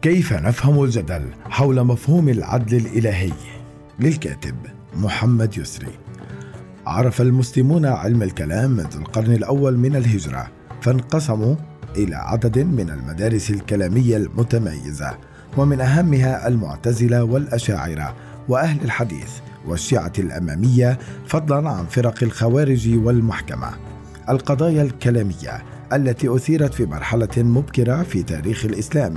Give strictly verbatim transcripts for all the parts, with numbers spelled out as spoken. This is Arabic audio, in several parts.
كيف نفهم الجدل حول مفهوم العدل الإلهي؟ للكاتب محمد يسري. عرف المسلمون علم الكلام منذ القرن الأول من الهجرة، فانقسموا إلى عدد من المدارس الكلامية المتميزة، ومن أهمها المعتزلة والأشاعرة وأهل الحديث والشيعة الأمامية، فضلا عن فرق الخوارج والمحكمة. القضايا الكلامية التي أثيرت في مرحلة مبكرة في تاريخ الإسلام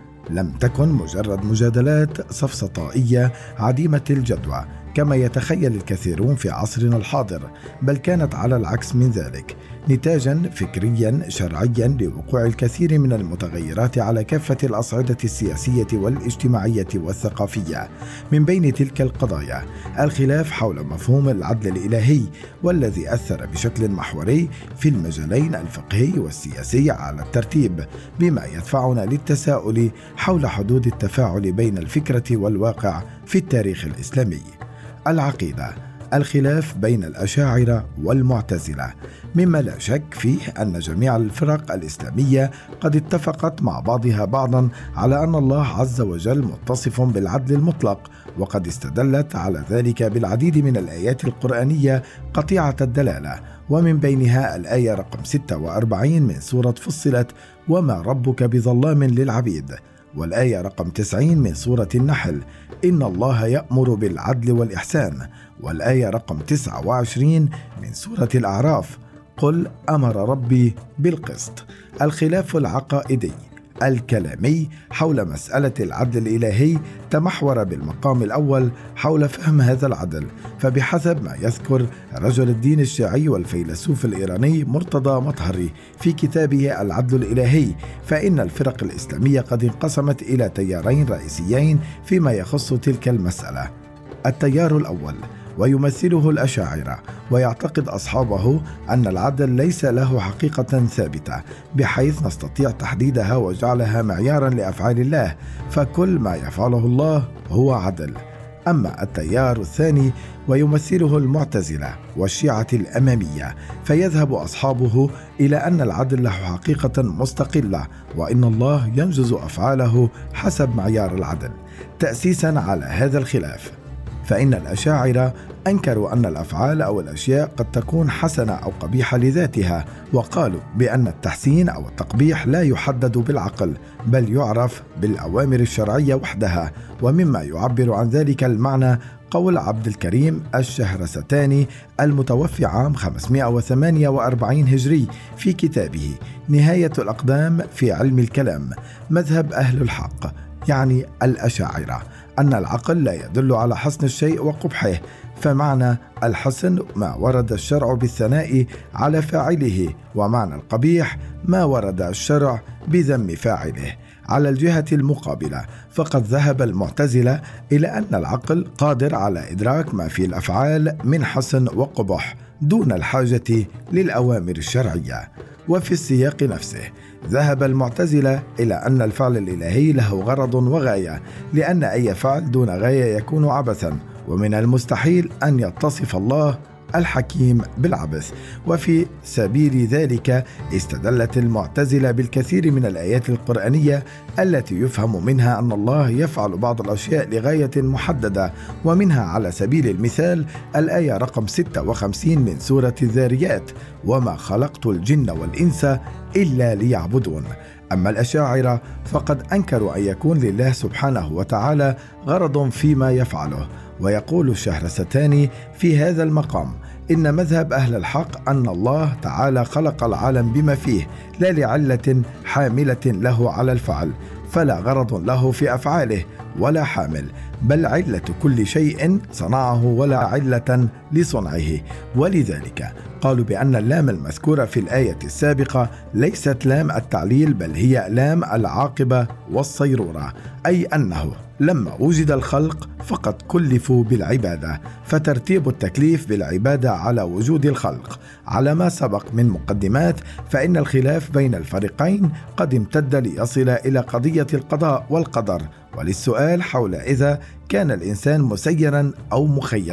لم تكن مجرد مجادلات سفسطائية عديمة الجدوى كما يتخيل الكثيرون في عصرنا الحاضر، بل كانت على العكس من ذلك نتاجا فكريا شرعيا لوقوع الكثير من المتغيرات على كافة الأصعدة السياسية والاجتماعية والثقافية. من بين تلك القضايا الخلاف حول مفهوم العدل الإلهي، والذي أثر بشكل محوري في المجالين الفقهي والسياسي على الترتيب، بما يدفعنا للتساؤل حول حدود التفاعل بين الفكرة والواقع في التاريخ الإسلامي. العقيدة: الخلاف بين الأشاعرة والمعتزلة، مما لا شك فيه أن جميع الفرق الإسلامية قد اتفقت مع بعضها بعضا على أن الله عز وجل متصف بالعدل المطلق، وقد استدلت على ذلك بالعديد من الآيات القرآنية قطيعة الدلالة، ومن بينها الآية رقم ستة وأربعين من سورة فصلت: وما ربك بظلام للعبيد، والآية رقم تسعين من سورة النحل: إن الله يأمر بالعدل والإحسان، والآية رقم تسعة وعشرين من سورة الأعراف: قل أمر ربي بالقسط. الخلاف العقائدي الكلامي حول مسألة العدل الإلهي تمحور بالمقام الأول حول فهم هذا العدل، فبحسب ما يذكر رجل الدين الشيعي والفيلسوف الإيراني مرتضى مطهري في كتابه العدل الإلهي، فإن الفرق الإسلامية قد انقسمت إلى تيارين رئيسيين فيما يخص تلك المسألة. التيار الأول ويمثله الأشاعرة، ويعتقد أصحابه أن العدل ليس له حقيقة ثابتة بحيث نستطيع تحديدها وجعلها معيارا لأفعال الله، فكل ما يفعله الله هو عدل. أما التيار الثاني ويمثله المعتزلة والشيعة الأمامية، فيذهب أصحابه إلى أن العدل له حقيقة مستقلة، وإن الله ينجز أفعاله حسب معيار العدل. تأسيسا على هذا الخلاف، فإن الأشاعرة أنكروا أن الأفعال أو الأشياء قد تكون حسنة أو قبيحة لذاتها، وقالوا بأن التحسين أو التقبيح لا يحدد بالعقل، بل يعرف بالأوامر الشرعية وحدها. ومما يعبر عن ذلك المعنى قول عبد الكريم الشهرستاني المتوفي عام خمسمائة وثمانية وأربعين هجري في كتابه نهاية الأقدام في علم الكلام: مذهب أهل الحق يعني الأشاعرة أن العقل لا يدل على حسن الشيء وقبحه، فمعنى الحسن ما ورد الشرع بالثناء على فاعله، ومعنى القبيح ما ورد الشرع بذم فاعله. على الجهة المقابلة، فقد ذهب المعتزلة إلى أن العقل قادر على إدراك ما في الأفعال من حسن وقبح دون الحاجة للأوامر الشرعية. وفي السياق نفسه ذهب المعتزلة إلى أن الفعل الإلهي له غرض وغاية، لأن أي فعل دون غاية يكون عبثا، ومن المستحيل أن يتصف الله الحكيم بالعبث. وفي سبيل ذلك استدلت المعتزلة بالكثير من الآيات القرآنية التي يفهم منها أن الله يفعل بعض الأشياء لغاية محددة، ومنها على سبيل المثال الآية رقم ستة وخمسين من سورة الذاريات: وما خلقت الجن والإنس إلا ليعبدون. أما الأشاعرة فقد أنكروا أن يكون لله سبحانه وتعالى غرض فيما يفعله. ويقول الشهرستاني في هذا المقام: إن مذهب أهل الحق أن الله تعالى خلق العالم بما فيه، لا لعلة حاملة له على الفعل، فلا غرض له في أفعاله ولا حامل، بل علة كل شيء صنعه ولا علة لصنعه. ولذلك قالوا بأن اللام المذكورة في الآية السابقة ليست لام التعليل، بل هي لام العاقبة والصيرورة، أي أنه لما وجد الخلق فقد كلفوا بالعبادة، فترتيب التكليف بالعبادة على وجود الخلق. على ما سبق من مقدمات، فإن الخلاف بين الفريقين قد امتد ليصل إلى قضية القضاء والقدر، وللسؤال حول إذا كان الإنسان مسيرا أو مخيرا.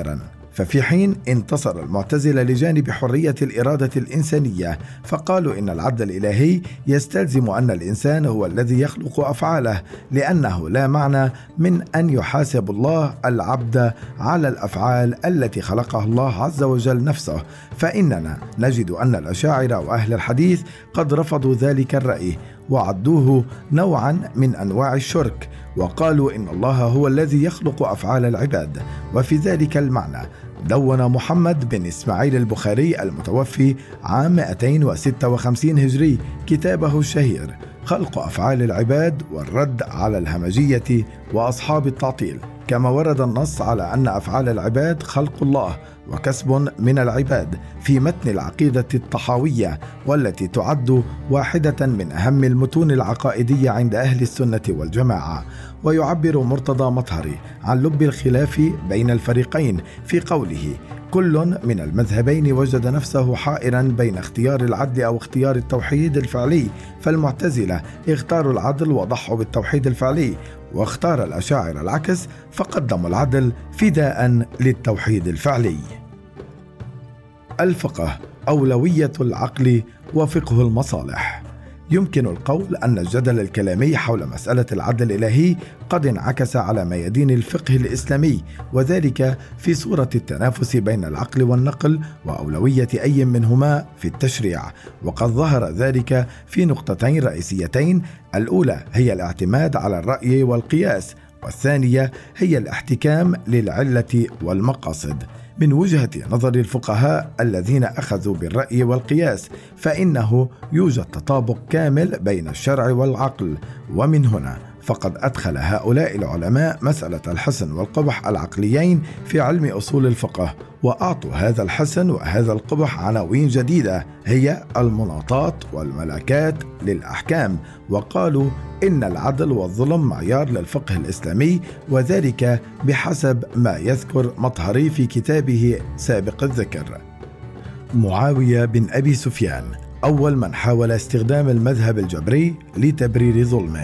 ففي حين انتصر المعتزلة لجانب حرية الإرادة الإنسانية، فقالوا إن العدل الإلهي يستلزم أن الإنسان هو الذي يخلق أفعاله، لأنه لا معنى من أن يحاسب الله العبد على الأفعال التي خلقها الله عز وجل نفسه. فإننا نجد أن الأشاعرة وأهل الحديث قد رفضوا ذلك الرأي وعدوه نوعا من أنواع الشرك، وقالوا إن الله هو الذي يخلق أفعال العباد. وفي ذلك المعنى دون محمد بن إسماعيل البخاري المتوفي عام مئتين وستة وخمسين هجري كتابه الشهير خلق أفعال العباد والرد على الهمجية وأصحاب التعطيل، كما ورد النص على أن أفعال العباد خلق الله وكسب من العباد في متن العقيدة الطحاوية، والتي تعد واحدة من أهم المتون العقائدية عند أهل السنة والجماعة. ويعبر مرتضى مطهري عن لب الخلاف بين الفريقين في قوله: كل من المذهبين وجد نفسه حائرا بين اختيار العدل أو اختيار التوحيد الفعلي، فالمعتزلة اختاروا العدل وضحوا بالتوحيد الفعلي، واختار الأشاعرة العكس فقدموا العدل فداء للتوحيد الفعلي. الفقه أولوية العقل وفقه المصالح. يمكن القول أن الجدل الكلامي حول مسألة العدل الإلهي قد انعكس على ميادين الفقه الإسلامي، وذلك في صورة التنافس بين العقل والنقل وأولوية أي منهما في التشريع. وقد ظهر ذلك في نقطتين رئيسيتين: الأولى هي الاعتماد على الرأي والقياس، والثانية هي الاحتكام للعلة والمقاصد. من وجهة نظر الفقهاء الذين أخذوا بالرأي والقياس، فإنه يوجد تطابق كامل بين الشرع والعقل، ومن هنا فقد أدخل هؤلاء العلماء مسألة الحسن والقبح العقليين في علم أصول الفقه، وأعطوا هذا الحسن وهذا القبح عناوين جديدة هي المناطات والملاكات للأحكام، وقالوا إن العدل والظلم معيار للفقه الإسلامي، وذلك بحسب ما يذكر مطهري في كتابه سابق الذكر. معاوية بن أبي سفيان أول من حاول استخدام المذهب الجبري لتبرير ظلمه.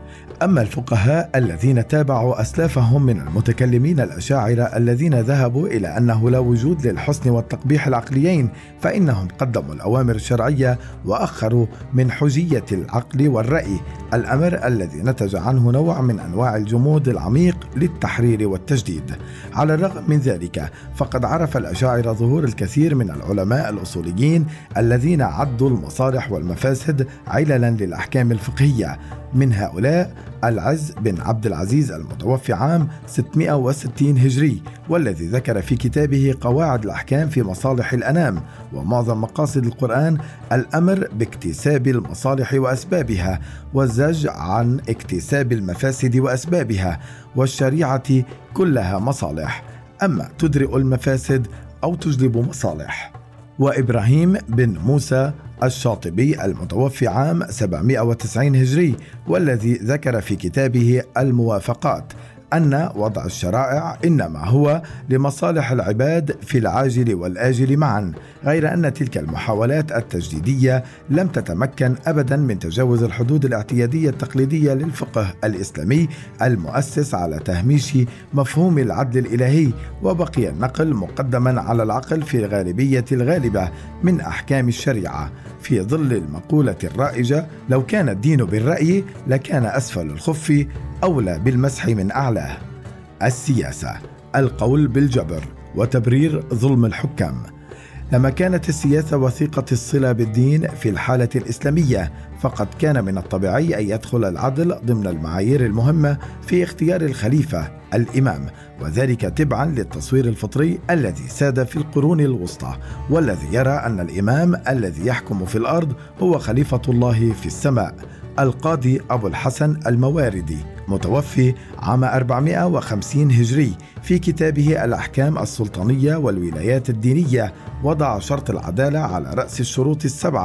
أما الفقهاء الذين تابعوا أسلافهم من المتكلمين الأشاعرة الذين ذهبوا إلى أنه لا وجود للحسن والتقبيح العقليين، فإنهم قدموا الأوامر الشرعية وأخروا من حجية العقل والرأي، الأمر الذي نتج عنه نوع من أنواع الجمود العميق للتحرير والتجديد. على الرغم من ذلك فقد عرف الأشاعرة ظهور الكثير من العلماء الأصوليين الذين عدوا المصالح والمفاسد عللا للأحكام الفقهية. من هؤلاء العز بن عبد العزيز المتوفي عام ستمائة وستين هجري، والذي ذكر في كتابه قواعد الأحكام في مصالح الأنام ومعظم مقاصد القرآن الأمر باكتساب المصالح وأسبابها، والزج عن اكتساب المفاسد وأسبابها، والشريعة كلها مصالح، أما تدرئ المفاسد أو تجلب مصالح. وإبراهيم بن موسى الشاطبي المتوفي عام سبعمائة وتسعين هجري، والذي ذكر في كتابه الموافقات أن وضع الشرائع إنما هو لمصالح العباد في العاجل والآجل معا، غير أن تلك المحاولات التجديدية لم تتمكن أبدا من تجاوز الحدود الاعتيادية التقليدية للفقه الإسلامي المؤسس على تهميش مفهوم العدل الإلهي، وبقي النقل مقدما على العقل في الغالبية الغالبة من أحكام الشريعة، في ظل المقولة الرائجة: لو كان الدين بالرأي لكان أسفل الخف أولى بالمسح من أعلاه. السياسة، القول بالجبر وتبرير ظلم الحكام. لما كانت السياسة وثيقة الصلة بالدين في الحالة الإسلامية، فقد كان من الطبيعي أن يدخل العدل ضمن المعايير المهمة في اختيار الخليفة الإمام، وذلك تبعا للتصوير الفطري الذي ساد في القرون الوسطى، والذي يرى أن الإمام الذي يحكم في الأرض هو خليفة الله في السماء. القاضي أبو الحسن المواردي متوفي عام أربعمائة وخمسين هجري في كتابه الأحكام السلطانية والولايات الدينية وضع شرط العدالة على رأس الشروط السبعة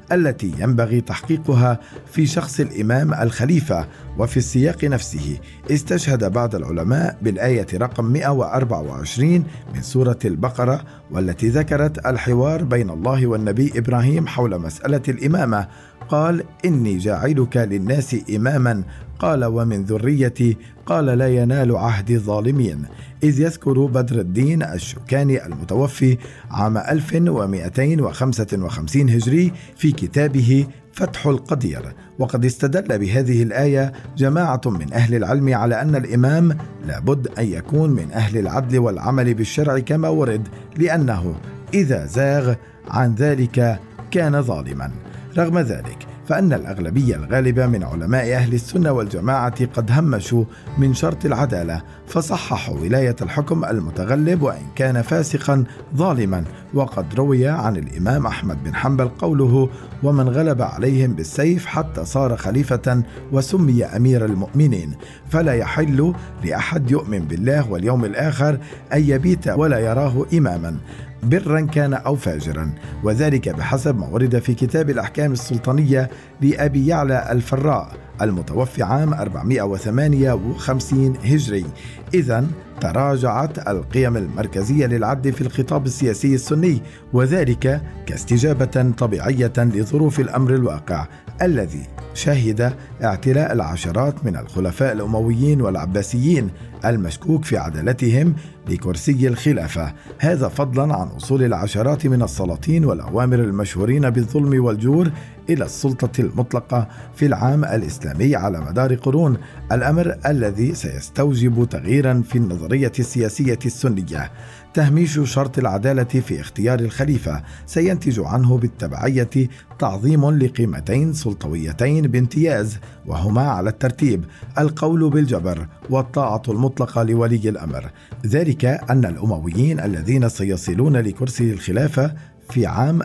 التي ينبغي تحقيقها في شخص الإمام الخليفة. وفي السياق نفسه استشهد بعض العلماء بالآية رقم مئة وأربعة وعشرين من سورة البقرة، والتي ذكرت الحوار بين الله والنبي إبراهيم حول مسألة الإمامة. قال: إني جاعلك للناس إماما، قال: ومن ذريتي، قال: لا ينال عهد الظالمين. إذ يذكر بدر الدين الشوكاني المتوفي عام ألف ومئتين وخمسة وخمسين هجري في كتابه فتح القدير، وقد استدل بهذه الآية جماعة من أهل العلم على أن الإمام لابد أن يكون من أهل العدل والعمل بالشرع كما ورد، لأنه إذا زاغ عن ذلك كان ظالما. رغم ذلك فإن الأغلبية الغالبة من علماء أهل السنة والجماعة قد همشوا من شرط العدالة، فصححوا ولاية الحكم المتغلب وإن كان فاسقا ظالما. وقد روي عن الإمام أحمد بن حنبل قوله: ومن غلب عليهم بالسيف حتى صار خليفة وسمي أمير المؤمنين، فلا يحل لأحد يؤمن بالله واليوم الآخر أن يبيت ولا يراه إماما، برا كان أو فاجرا، وذلك بحسب ما ورد في كتاب الأحكام السلطانية لأبي يعلى الفراء المتوفي عام أربعمئة وثمانية وخمسين هجري. إذن تراجعت القيم المركزية للعدل في الخطاب السياسي السني، وذلك كاستجابة طبيعية لظروف الأمر الواقع الذي شهد اعتلاء العشرات من الخلفاء الأمويين والعباسيين المشكوك في عدالتهم لكرسي الخلافة، هذا فضلا عن وصول العشرات من السلاطين والأوامر المشهورين بالظلم والجور إلى السلطة المطلقة في العام الإسلامي على مدار قرون، الأمر الذي سيستوجب تغييرا في النظرية السياسية السنية. تهميش شرط العدالة في اختيار الخليفة سينتج عنه بالتبعية تعظيم لقيمتين سلطويتين بامتياز، وهما على الترتيب القول بالجبر والطاعة المطلقة لولي الأمر، ذلك أن الأمويين الذين سيصلون لكرسي الخلافة في عام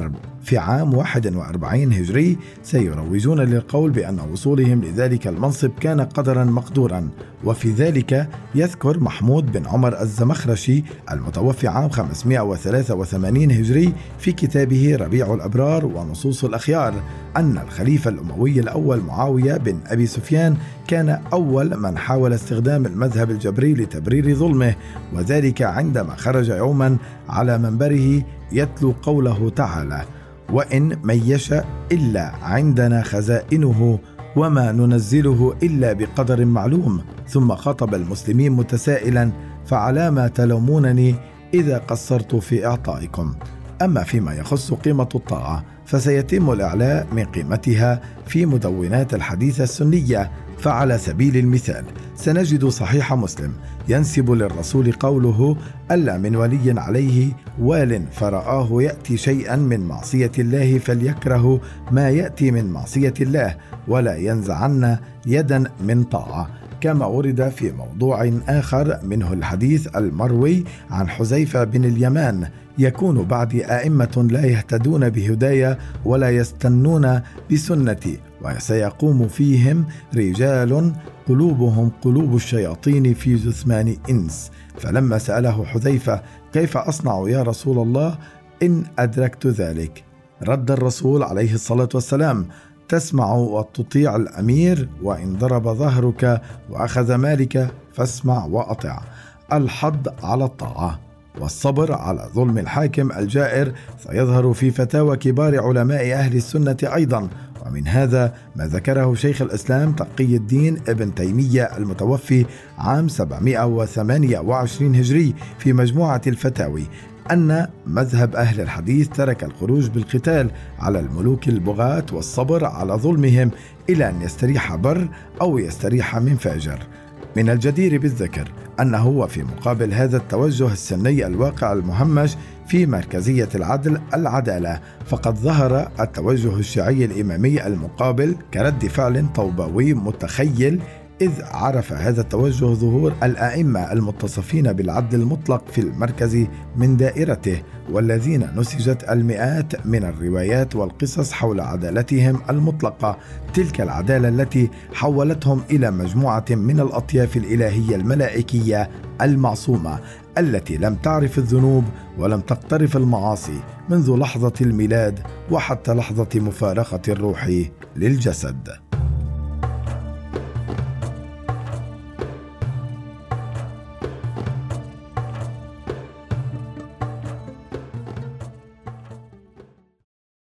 في عام واحد وأربعين هجري سيروجون للقول بأن وصولهم لذلك المنصب كان قدرا مقدورا. وفي ذلك يذكر محمود بن عمر الزمخرشي المتوفي عام خمسمئة وثلاثة وثمانين هجري في كتابه ربيع الأبرار ونصوص الأخيار أن الخليفة الأموي الأول معاوية بن أبي سفيان كان أول من حاول استخدام المذهب الجبري لتبرير ظلمه، وذلك عندما خرج يوما على منبره يتلو قوله تعالى: وإن من يشاء إلا عندنا خزائنه وما ننزله إلا بقدر معلوم، ثم خاطب المسلمين متسائلا: فعلى ما تلومونني إذا قصرت في إعطائكم. أما فيما يخص قيمة الطاعة فسيتم الإعلاء من قيمتها في مدونات الحديث السنية، فعلى سبيل المثال سنجد صحيح مسلم ينسب للرسول قوله: ألا من ولي عليه وال فرآه يأتي شيئا من معصية الله فليكره ما يأتي من معصية الله ولا ينزعن يدا من طاعة، كما ورد في موضوع آخر منه الحديث المروي عن حذيفة بن اليمان: يكون بعدي أئمة لا يهتدون بهدايا ولا يستنون بسنتي، وسيقوم فيهم رجال قلوبهم قلوب الشياطين في جثمان إنس. فلما سأله حذيفة: كيف أصنع يا رسول الله إن أدركت ذلك؟ رد الرسول عليه الصلاة والسلام: تسمع وتطيع الأمير، وإن ضرب ظهرك وأخذ مالك فاسمع وأطع. الحض على الطاعة والصبر على ظلم الحاكم الجائر سيظهر في فتاوى كبار علماء أهل السنة أيضا، ومن هذا ما ذكره شيخ الإسلام تقي الدين ابن تيمية المتوفي عام سبعمئة وثمانية وعشرين هجري في مجموعة الفتاوي أن مذهب أهل الحديث ترك الخروج بالقتال على الملوك البغاة والصبر على ظلمهم إلى أن يستريح بر أو يستريح من فاجر. من الجدير بالذكر أنه وفي مقابل هذا التوجه السني الواقع المهمش في مركزية العدل العدالة، فقد ظهر التوجه الشيعي الإمامي المقابل كرد فعل طوباوي متخيل، إذ عرف هذا التوجه ظهور الأئمة المتصفين بالعدل المطلق في المركز من دائرته، والذين نسجت المئات من الروايات والقصص حول عدالتهم المطلقة، تلك العدالة التي حولتهم إلى مجموعة من الأطياف الإلهية الملائكية المعصومة التي لم تعرف الذنوب ولم تقترف المعاصي منذ لحظة الميلاد وحتى لحظة مفارقة الروح للجسد.